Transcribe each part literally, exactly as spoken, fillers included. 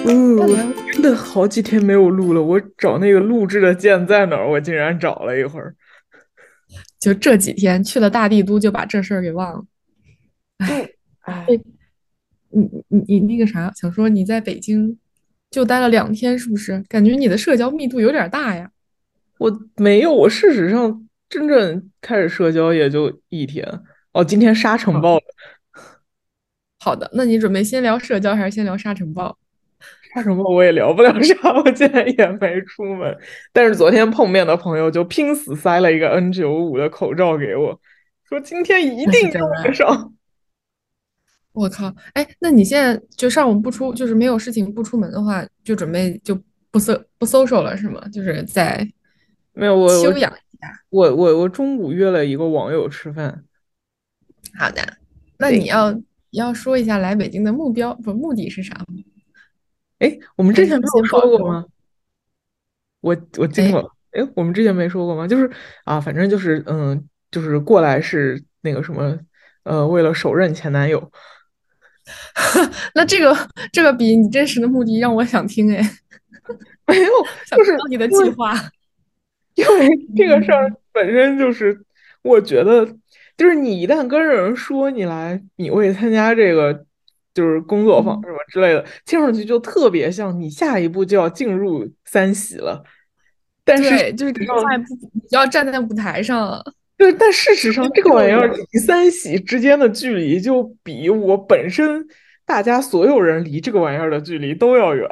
嗯，我那聊真的好几天没有录了，我找那个录制的键在哪儿，我竟然找了一会儿。 就这几天去了大帝都，就把这事儿给忘了。 就， 哎， 哎， 你你你那个啥，想说你在北京就待了两天，是不是？感觉你的社交密度有点大呀。 我没有，我事实上真正开始社交也就一天。哦，今天沙尘暴了， 好的，那你准备先聊社交还是先聊沙尘暴？ 沙尘暴我也聊不了啥，我今天也没出门。但是昨天碰面的朋友就拼死塞了一个 N 九五 的口罩给我，说今天一那是定用真爱。 得上。 我靠，哎，那你现在就上午不出，就是没有事情不出门的话，就准备就不 so 不 social 了是吗？就是在没有，我我休养一下。 我我我中午约了一个网友吃饭。 好的，那你对， 要要说一下来北京的目标不目的是啥吗？ 哎，我们之还是前没有先保留？ 说过吗？我我惊哎， 了，哎，我们之前没说过吗？就是啊，反正就是嗯，就是过来是那个什么，呃，为了手刃前男友。 那这个这个比你真实的目的让我想听哎， 没有， 想就是知道你的因为计划。 因为这个事儿嗯本身就是，我觉得就是你一旦跟人说你来，你会参加这个就是工作坊嗯， 什么之类的，听上去就特别像你下一步就要进入三喜了。但是事对，就是感实上， 觉下一步你就要站在舞台上了， 对，但事实上，这个玩意儿秀一样。 离三喜之间的距离，就比我本身大家所有人离这个玩意儿的距离都要远。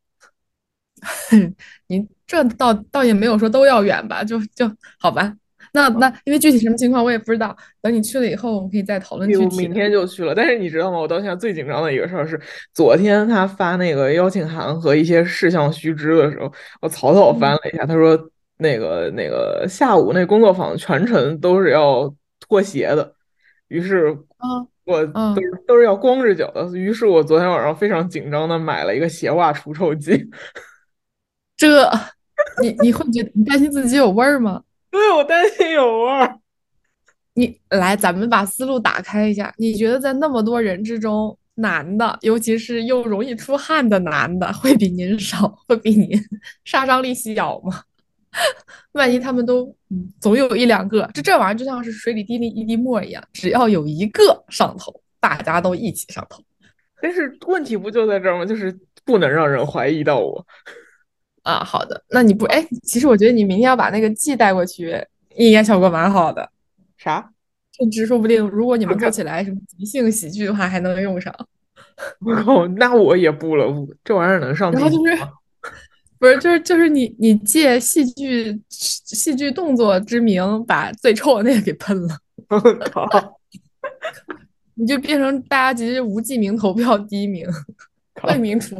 你这倒倒也没有说都要远吧，就就好吧。那那因为具体什么情况我也不知道，等你去了以后，我们可以再讨论对，我明具体的。 天就去了。但是你知道吗？我到现在最紧张的一个事儿是，昨天他发那个邀请函和一些事项须知的时候，我草草翻嗯了一下，他说那个那个下午那工作坊全程都是要脱鞋的，于是啊我都啊， 是都是要光着脚的。于是我昨天晚上非常紧张的买了一个鞋袜除臭剂。 这你你会觉得你担心自己有味儿吗？ 对，我担心有味儿。 你来，咱们把思路打开一下。你觉得在那么多人之中，男的，尤其是又容易出汗的男的，会比您少，会比您杀伤力小吗？万一他们都，嗯，总有一两个，这这玩意儿就像是水里滴滴一滴墨一样，只要有一个上头，大家都一起上头但是问题不就在这儿吗？就是不能让人怀疑到我。 啊。好的，那你不，哎，其实我觉得你明天要把那个记带过去，应该效果蛮好的， 啥？ 甚至说不定如果你们做起来什么即兴喜剧的话，还能用上。 哦，那我也不了，这玩意儿能上镜头然后就是吗？ 不是，就是就是你你借戏剧戏剧动作之名，把最臭的那个给喷了， 我靠你就变成大家其实无记名投票第一名，为靠， 民除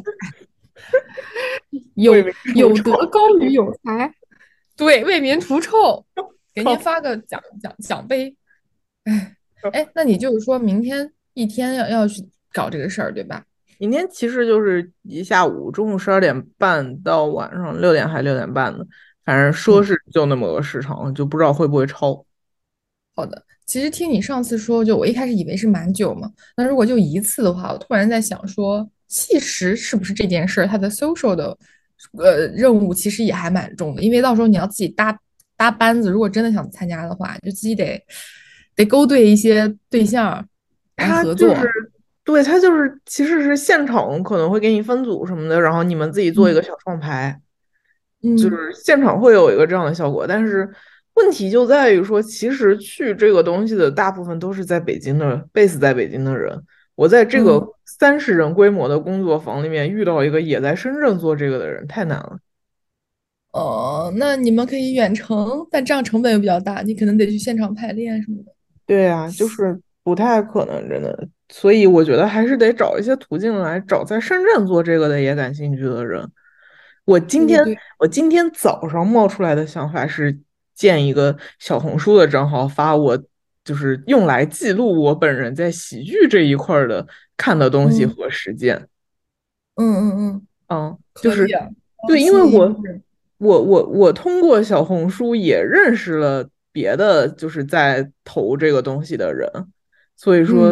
有为民除有德臭。 高于有才，对，为民除臭，给您靠！ 发个奖奖奖杯。哎哎，那你就是说明天一天要要去搞这个事儿，对吧？ 明天其实就是一下午，中午十二点半到晚上六点还六点半的，反正说嗯。 是就那么个时长，就不知道会不会超。 好的，其实听你上次说，就我一开始以为是蛮久嘛，那如果就一次的话，我突然在想说，其实是不是这件事儿它的 social 的呃任务其实也还蛮重的，因为到时候你要自己搭搭班子，如果真的想参加的话，就自己得得勾兑一些对象来他就是， 合作。 对，他就是，其实是现场可能会给你分组什么的，然后你们自己做一个嗯小创牌。就嗯是现场会有一个这样的效果，但是问题就在于说，其实去这个东西的大部分都是在北京的 base 在北京的人。我在这个嗯， 三十人规模的工作坊里面遇到一个也在深圳做这个的人，太难了。 哦，那你们可以远程，但这样成本又比较大，你可能得去现场排练什么的。 对啊，就是不太可能，真的。所以我觉得还是得找一些途径来找在深圳做这个的也感兴趣的人。我今天对对对， 我今天早上冒出来的想法是建一个小红书的账号，发我就是用来记录我本人在喜剧这一块儿的看的东西嗯和实践。 嗯嗯嗯， 嗯，就是可以啊， 对，因为吸引一我波人。 我我我通过小红书也认识了别的就是在投这个东西的人，所以说嗯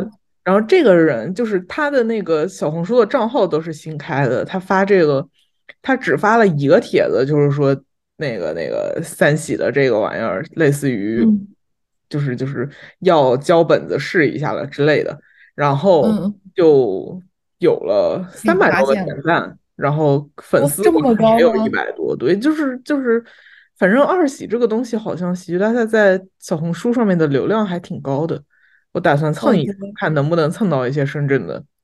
然后这个人就是他的那个小红书的账号都是新开的，他发这个，他只发了一个帖子，就是说那个那个三喜的这个玩意儿，类似于嗯就是就是要交本子试一下了之类的，然后嗯， 就有了被你三百多个发现了。 点赞，然后粉哇， 丝我这么看也有一高吗？ 百多，对，就是就是，反正二喜这个东西好像喜剧大赛在小红书上面的流量还挺高的。我打算蹭一 OK 下，看能不能蹭到一些深圳的。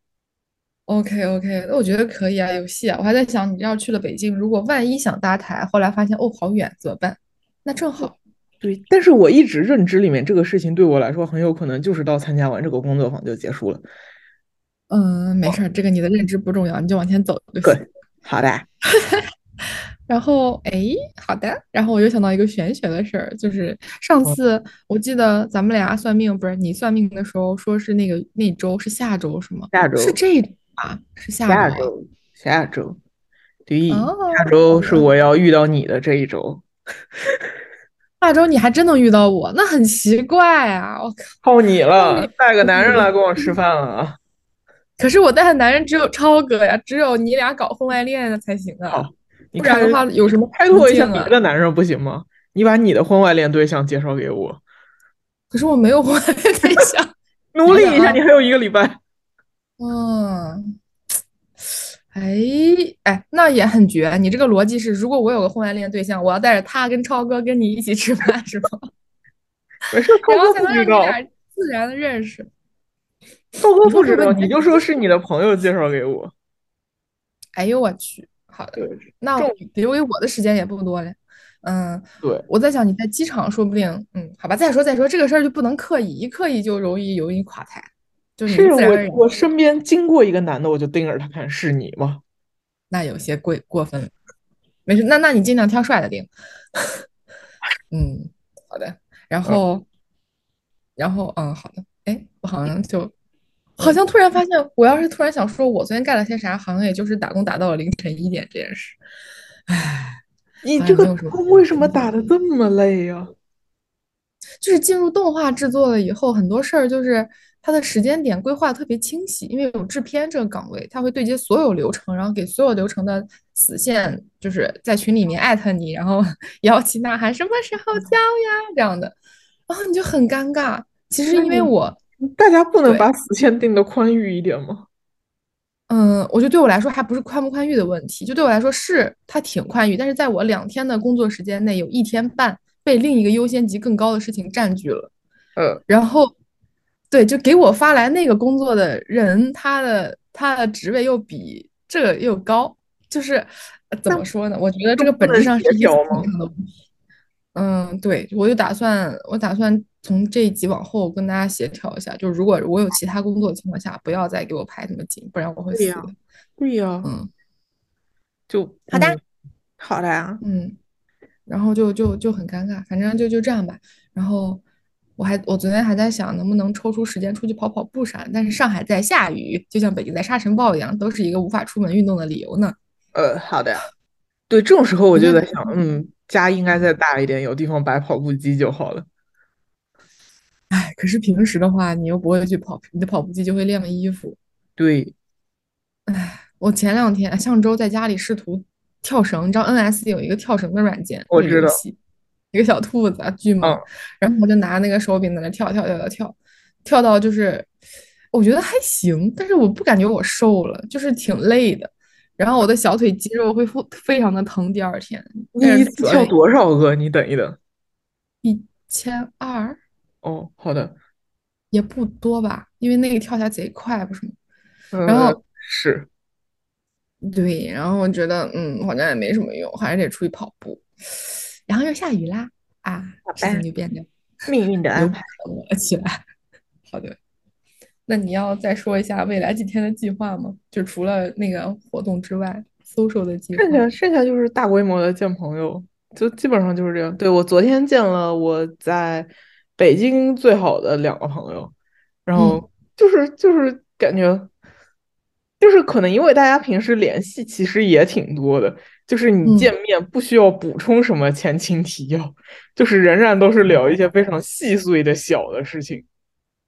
OK OK，那我觉得可以啊，有戏啊！我还在想，你要去了北京，如果万一想搭台，后来发现哦好远，怎么办？那正好。 对，但是我一直认知里面这个事情对我来说很有可能就是到参加完这个工作坊就结束了。 嗯，没事儿，这个你的认知不重要，你就往前走就行。 对，好的。 然后，哎，好的。然后我又想到一个玄学的事儿，就是上嗯， 次我记得咱们俩算命，不是你算命的时候说是那个那周是下周是吗？ 下周， 是这周啊？是下周啊？ 下周，下周，对，下哦，好周是的。 我要遇到你的这一周。 下周你还真能遇到我，那很奇怪啊！我靠， 靠你了， 那你带个男人来你跟我吃饭了啊！ 可是我带的男人只有超哥呀，只有你俩搞婚外恋的才行啊， 好，你开不然的话有什么途开拓一下径啊？ 别的男人不行吗？你把你的婚外恋对象介绍给我， 可是我没有婚外恋对象， 努力一下，你想想啊， 还有一个礼拜。 嗯，哎哎，那也很绝。你这个逻辑是，如果我有个婚外恋对象，我要带着他跟超哥跟你一起吃饭，是吗？ 没事，超哥不然后才能知道。 让你俩自然的认识。 超哥你说不知道， 会不会男你就说是你的朋友介绍给我。 哎呦我去，好的， 对， 那正留给我的时间也不多了。嗯， 对， 我在想你在机场说不定，嗯，好吧，再说再说，这个事儿就不能刻意，一刻意就容易容易垮台，就你是我自然而然， 我身边经过一个男的，我就盯着他看，是你吗？ 那有些过过分了。没事，那那你尽量挑帅的盯。嗯，好的。然嗯后然后嗯，好的。哎，我好像就好嗯， 像突然发现，我要是突然想说我昨天干了些啥，好像也就是打工打到了凌晨一点这件事。唉，好你这个像也没有什么工为什么新鲜。 打的这么累呀？ 就是进入动画制作了以后，很多事儿就是它的时间点规划特别清晰，因为有制片这个岗位，他会对接所有流程，然后给所有流程的死线，就是在群里面艾特你，然后摇旗呐喊什么时候交呀这样的，然后你就很尴尬。其实那你因为我大家不能对， 把死线定的宽裕一点吗？ 嗯，我觉得对我来说还不是宽不宽裕的问题，就对我来说是它挺宽裕，但是在我两天的工作时间内，有一天半被另一个优先级更高的事情占据了。 呃， 然后，对，就给我发来那个工作的人，他的他的职位又比这个又高，就是呃怎那么说呢？我觉得这就个本质不能协上是一个系调吗？ 统上的问题。嗯，对，我就打算，我打算从这一集往后跟大家协调一下，就是如果我有其他工作的情况下，不要再给我排那么紧，不然我会对呀， 死的。 对呀， 嗯， 就好的， 嗯，好的呀。 嗯。然后就就就很尴尬，反正就就这样吧。然后我还我昨天还在想能不能抽出时间出去跑跑步啥的，但是上海在下雨，就像北京在沙尘暴一样，都是一个无法出门运动的理由呢。 呃，好的呀。对，这种时候我你看， 就在想，嗯，家应该再大一点，有地方摆跑步机就好了。 哎，可是平时的话，你又不会去跑，你的跑步机就会晾衣服。 对， 我前两天上周在家里试图跳绳，你知道 N S 有一个跳绳的软件或者我知道。 游戏，一个小兔子啊，巨嗯， 萌。然后我就拿那个手柄在那跳跳跳跳跳，跳到就是我觉得还行，但是我不感觉我瘦了，就是挺累的。然后我的小腿肌肉会非非常的疼，第二天。但你一次跳是主要原因多少个？你等一等。 一千二哦，好的。 也不多吧，因为那个跳起来贼快，不是吗？然嗯， 后是。 对，然后我觉得，嗯，好像也没什么用，还是得出去跑步。然后又下雨啦，啊，事情好吧， 就变得命运的有可安排。 能了起来。好的，那你要再说一下未来几天的计划吗？就除了那个活动之外，social 的计划。 剩下剩下就是大规模的见朋友，就基本上就是这样。对，我昨天见了我在北京最好的两个朋友，然嗯后就是就是感觉就是可能因为大家平时联系其实也挺多的，就是你见嗯， 面不需要补充什么前情提要，就是仍然都是聊一些非常细碎的小的事情。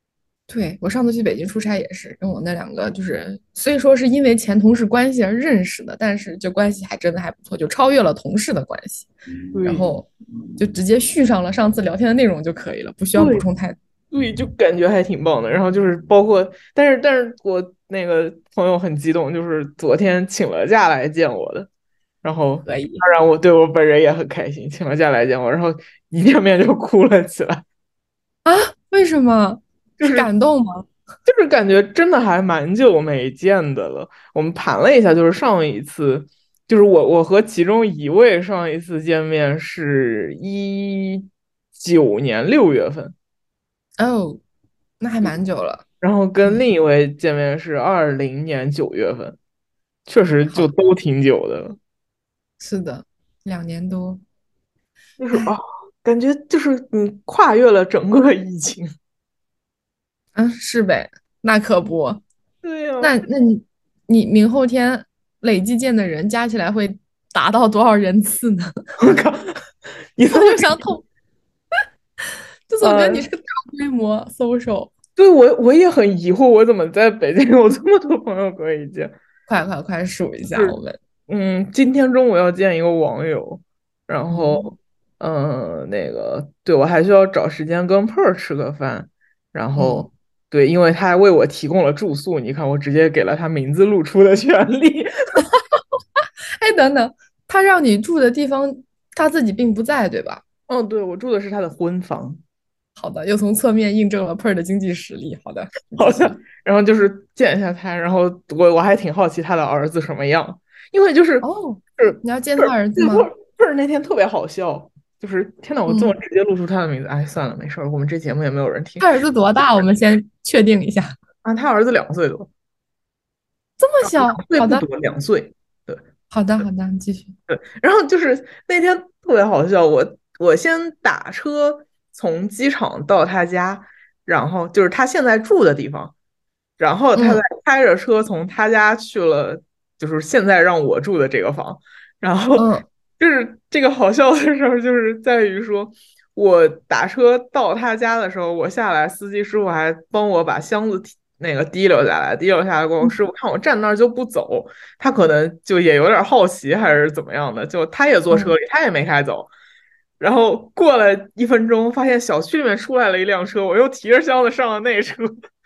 对，我上次去北京出差也是跟我那两个，就是虽说是因为前同事关系而认识的，但是就关系还真的还不错，就超越了同事的关系，然对后就直接续上了上次聊天的内容就可以了，不需要补对充太多。 对，就感觉还挺棒的。然后就是包括，但是但是我那个朋友很激动，就是昨天请了假来见我的。然后可以当然我对我本人也很开心，请了假来见我，然后一见面就哭了起来。 啊？为什么？是就是感动吗？ 就是感觉真的还蛮久没见的了。我们盘了一下，就是上一次，就是我我和其中一位上一次见面是一九年六月份， 哦，那还蛮久了。 然后跟嗯， 另一位见面是二零年九月份，确实就好， 都挺久的了。 是的，两年多。 就是啊， 哎， 感觉就是你跨越了整个疫情。 嗯，是呗，那可不。 对呀、 那那你你明后天累计见的人加起来会达到多少人次呢？ 我靠，你这我么就想统，就总觉得你呃， 是个大规模 social。 对我我也很疑惑，我怎么在北京有这么多朋友可以见？ 快快快数一下，我是， 们。 嗯，今天中午要见一个网友，然嗯后，嗯，那个，对，我还需要找时间跟 Per 吃个饭，然嗯， 后，对，因为他还为我提供了住宿，你看，我直接给了他名字露出的权利。 哎，等等，他让你住的地方他自己并不在，对吧？ 哦，对，我住的是他的婚房。 好的，又从侧面印证了 Per 的经济实力。好的，你好的， 继续。 然后就是见一下他，然后我我还挺好奇他的儿子什么样，因为就是哦， 是你要见他是对，不儿子吗？ 是不是那天特别好笑，就是天呐，我这么嗯， 直接露出他的名字，哎，算了，没事儿，我们这节目也没有人听他儿子多大？我们先确定一下。 啊。他儿子两岁多， 这么小？好的， 岁不多，两岁。对好的，好的，你继续。 对，然后就是那天特别好笑，我我先打车从机场到他家，然后就是他现在住的地方。然后他再嗯开着车从他家去了，就是现在让我住的这个房。然后嗯就是这个好笑的事儿，就是在于说，我打车到他家的时候，我下来，司机师傅还帮我把箱子提那个提溜下来，提溜下来过后，师傅看我站那儿就不走，他可能就也有点好奇还是怎么样的，就他也坐车嗯， 里，他也没开走。然后过了一分钟，发现小区里面出来了一辆车，我又提着箱子上了那车。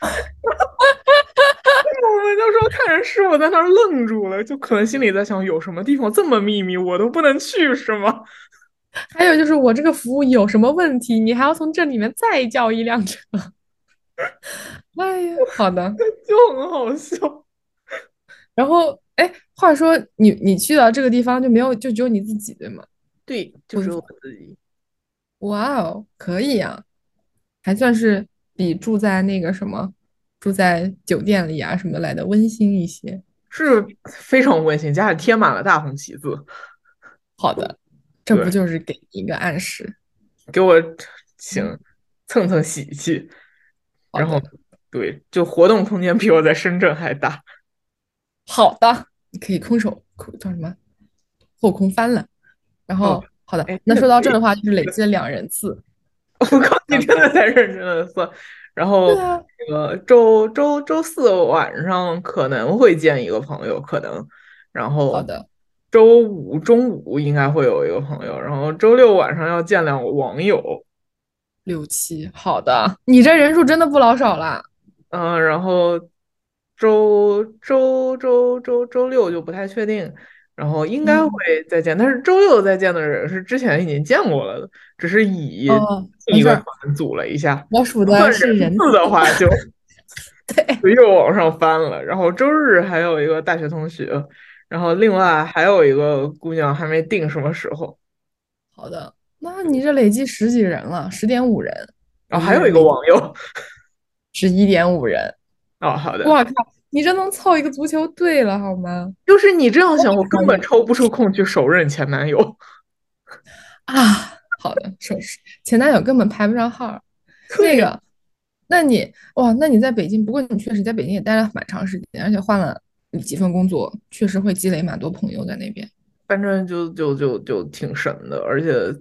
我们就说看着师傅在那儿愣住了，就可能心里在想，有什么地方这么秘密，我都不能去，是吗？ 还有就是我这个服务有什么问题，你还要从这里面再叫一辆车。哎呀，好的。 就很好笑。 然后，哎，话说你你去到这个地方就没有，就只有你自己，对吗？ 对，就婚房。 是我自己。 哇哦，可以啊，还算是比住在那个什么，住在酒店里啊什么来的温馨一些。 是非常温馨，家里贴满了大红旗子。 好的，这不对， 就是给你一个暗示？ 给我嗯， 请蹭蹭喜气。然后好的， 对，就活动空间比我在深圳还大。 好的，你可以空手空叫什么后空翻了。然哦， 后，好的， 哎， 那那个可以。 说到这儿的话，就是累积了两人次。 我靠，你真的在认真的算。然后对啊， 那个周周周四晚上可能会见一个朋友，可能，然后好的， 周五中午应该会有一个朋友，然后周六晚上要见两个网友。 六七，好的，你这人数真的不老少啦。 嗯，然后周周周周周六就不太确定，然后应该嗯， 会再见，但是周六再见的人是之前已经见过了的，只是以哦，没事儿， 一个团组了一下。 我数的算人是人次。 次的话就， 对， 就又往上翻了。然后周日还有一个大学同学，然后另外还有一个姑娘还没定什么时候。 好的，那你这累计十几人了，十点五人，我然后还有一个一个人没定， 网友。 十一点五人。 哦，好的。 哇靠，你这能凑一个足球队了好吗？ 就是你这样想，我根本可以抽不出空去手刃前男友。 啊，好的，说是前男友根本排不上号儿。那对， 个，那你哇，那你在北京，不过你确实在北京也待了蛮长时间，而且换了几份工作，确实会积累蛮多朋友在那边。 反正就就就就挺神的，而且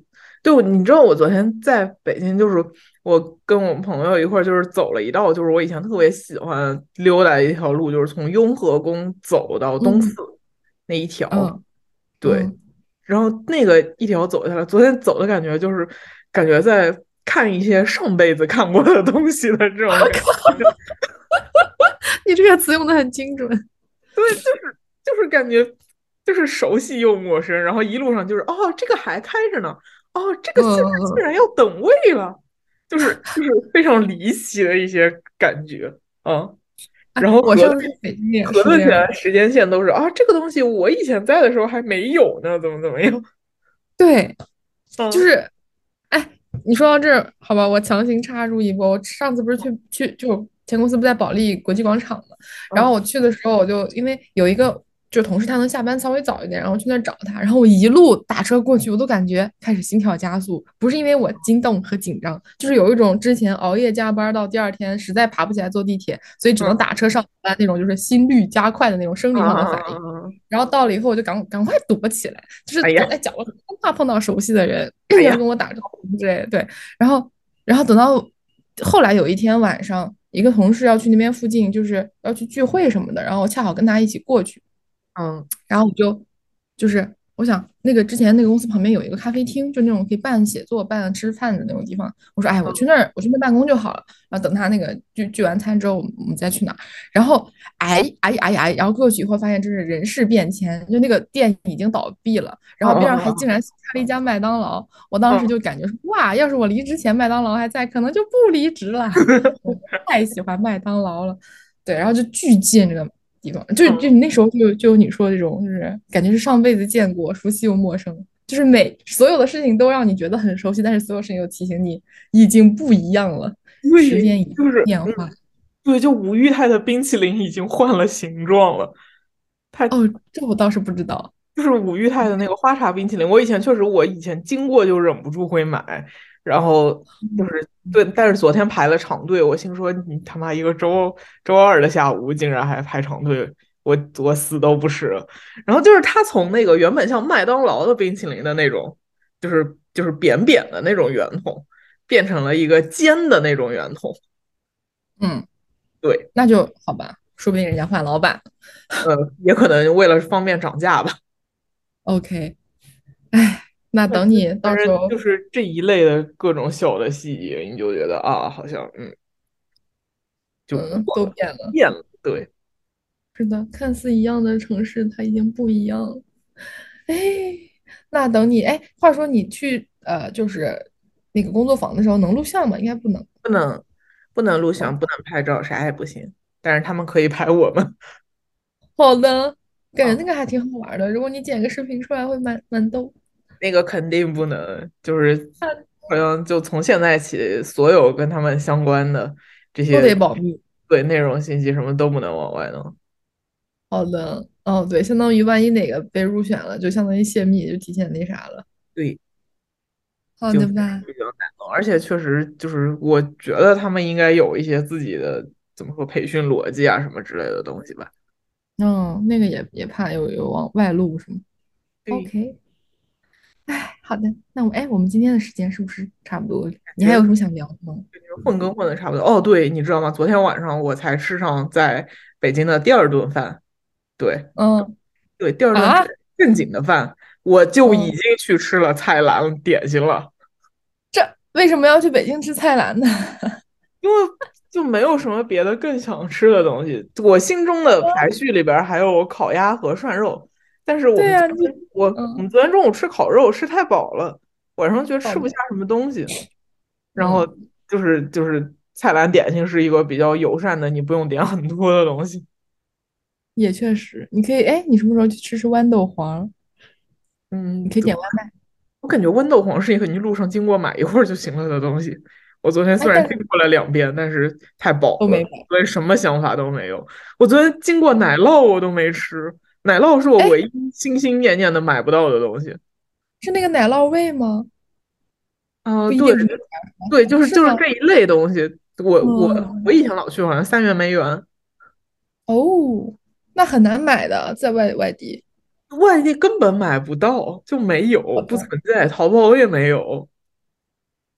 对，你知道我昨天在北京，就是我跟我朋友一块儿，就是走了一道，就是我以前特别喜欢溜达的一条路，就是从雍和宫走到东四嗯那一条。 嗯对， 嗯， 然后那个一条走下来，昨天走的感觉就是感觉在看一些上辈子看过的东西的这种感觉。 你这个词用的很精准。 对，就是就是感觉就是熟悉又陌生，然后一路上就是哦，这个还开着呢，哦，这个现在竟嗯， 然要等位了，就是就是非常离奇的一些感觉啊。 哎， 然后核对我上次去北京也核对起来是这样。 时间线都是啊，这个东西我以前在的时候还没有呢，怎么怎么样？ 对，就嗯是，哎，你说到这儿，好吧，我强行插入一波。我上次不是去去就前公司不在保利国际广场嘛，然后嗯我去的时候，我就因为有一个就同事他能下班稍微早一点，然后去那儿找他，然后我一路打车过去，我都感觉开始心跳加速，不是因为我惊动和紧张，就是有一种之前熬夜加班到第二天实在爬不起来坐地铁，所以只能嗯打车上班那种，就是心率加快的那种生理上的反应。 嗯， 然后到了以后，我就赶赶快躲起来，就是哎呀， 躲在角落，怕碰到熟悉的人， 哎呀， 要跟我打招呼之类的。对，然后，然后等到后来有一天晚上，一个同事要去那边附近，就是要去聚会什么的，然后我恰好跟他一起过去， 嗯然后我就就是我想那个之前那个公司旁边有一个咖啡厅，就那种可以办写作、办吃饭的那种地方。我说，哎，我去那儿，我去那办公就好了。然后等他那个聚聚完餐之后，我们再去哪儿。然后，哎哎哎哎，然后过去以后发现这是人事变迁，就那个店已经倒闭了，然嗯后边上还嗯竟然开了一家麦当劳。我当时嗯就感觉说，哇，要是我离职前麦当劳还在，可能就不离职了。我太喜欢麦当劳了。对，然后就巨近这个地方，就就嗯， 你那时候就就有你说的这种，就是感觉是上辈子见过，熟悉又陌生，就是每所有的事情都让你觉得很熟悉，但是所有事情又提醒你已经不一样了，时对， 间已经就是嗯， 变化。 对，就吴裕泰的冰淇淋已经换了形状了。它哦，这我倒是不知道。 就是五裕泰的那个花茶冰淇淋，我以前确实，我以前经过就忍不住会买，然后就是对，但是昨天排了长队，我心说你他妈一个周周二的下午竟然还排长队，我我死都不是了。然后就是它从那个原本像麦当劳的冰淇淋的那种，就是就是扁扁的那种圆筒，变成了一个尖的那种圆筒。 嗯， 对， 那就好吧，说不定人家换老板了。 呃，也可能为了方便涨价吧。 OK，哎，那反等你反正就到时候是这一类的各种小的细节，你就觉得啊，好像嗯，就嗯都变了。 变了。对， 是的，看似一样的城市，它已经不一样了。哎，那等你哎，话说你去呃，就是那个工作坊的时候能录像吗？应该不能。 不能不能录哦， 像，不能拍照，啥也不行。但是他们可以拍我们好的，感觉啊， 那个还挺好玩的。如果你剪个视频出来，会蛮蛮逗。 那个肯定不能，就是好像就从现在起，所有跟他们相关的这都得些保密。 对内容信息什么都不能往外弄。 好的，哦，对，相当于万一哪个被入选了，就相当于泄密，就提前那啥了。 对， 好就是的吧？ 比较难弄，而且确实就是我觉得他们应该有一些自己的怎么说培训逻辑啊什么之类的东西吧。 哦，那个也也怕有有往外露是吗对， ？OK，哎，好的，那我哎，我们今天的时间是不是差不多了？ 感觉你还有什么想聊的吗？ 混跟混的差不多。哦，对，你知道吗？昨天晚上我才吃上在北京的第二顿饭。对嗯对，第二顿啊， 正正经的饭，我就已嗯， 经去吃了菜篮点心了， 这为什么要去北京吃菜篮呢？ 因为就没有什么别的更想吃的东西。我心中的排序里边儿还有烤鸭和涮肉，但是我对呀、 们昨你天我我嗯， 们昨天中午吃烤肉吃太饱了，晚上觉得好的， 吃不下什么东西，然后嗯， 就是就是菜篮点心是一个比较友善的，你不用点很多的东西。 也确实，你可以，哎，你什么时候去吃吃豌豆黄？你嗯，对， 可以点外卖， 我感觉豌豆黄是一个你路上经过买一会儿就行了的东西。我昨天哎， 虽然但是经过了两遍，但是太饱了， 都没买。 所以什么想法都没有。我昨天经过奶酪我都没吃，奶酪是我哎， 唯一心心念念的买不到的东西。 是那个奶酪味吗？ 啊、对不一定是那家， 对，就是是吗？ 就是这一类东西。我我我嗯， 以前老去，好像三元梅园， 哦，那很难买的，在外外地。 外地根本买不到，就没有，不好的， 存在，淘宝也没有。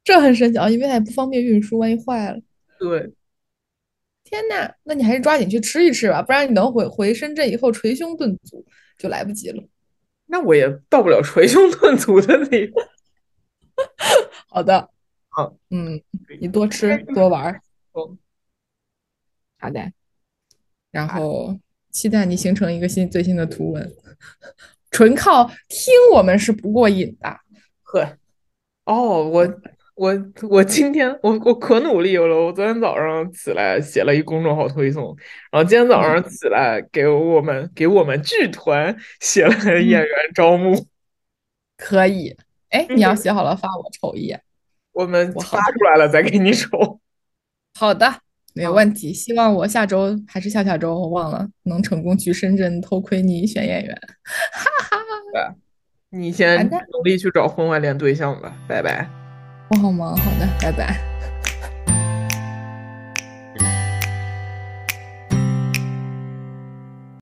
这很神奇啊，因为它也不方便运输，万一坏了。 对， 天呐，那你还是抓紧去吃一吃吧，不然你等回回深圳以后捶胸顿足就来不及了。 那我也到不了捶胸顿足的地步。 好的， 啊， 嗯， 可以。 你多吃多玩儿， 嗯， 好的。然后期待你形成一个新最新的图文，纯靠听我们是不过瘾的。 呵，哦，我我我今天我我可努力了，我昨天早上起来写了一公众号推送，然后今天早嗯上起来给我们给我们剧团写了演嗯， 员招募。 可以。哎，你要嗯， 写好了发我瞅一眼， 我们发我好好。 出来了再给你瞅。 好的，没有啊， 问题。希望我下周还是下下周，我忘了能成功去深圳偷窥你选演员。 对，你先好的， 努力去找婚外恋对象吧，拜拜。 我好忙。好的，拜拜。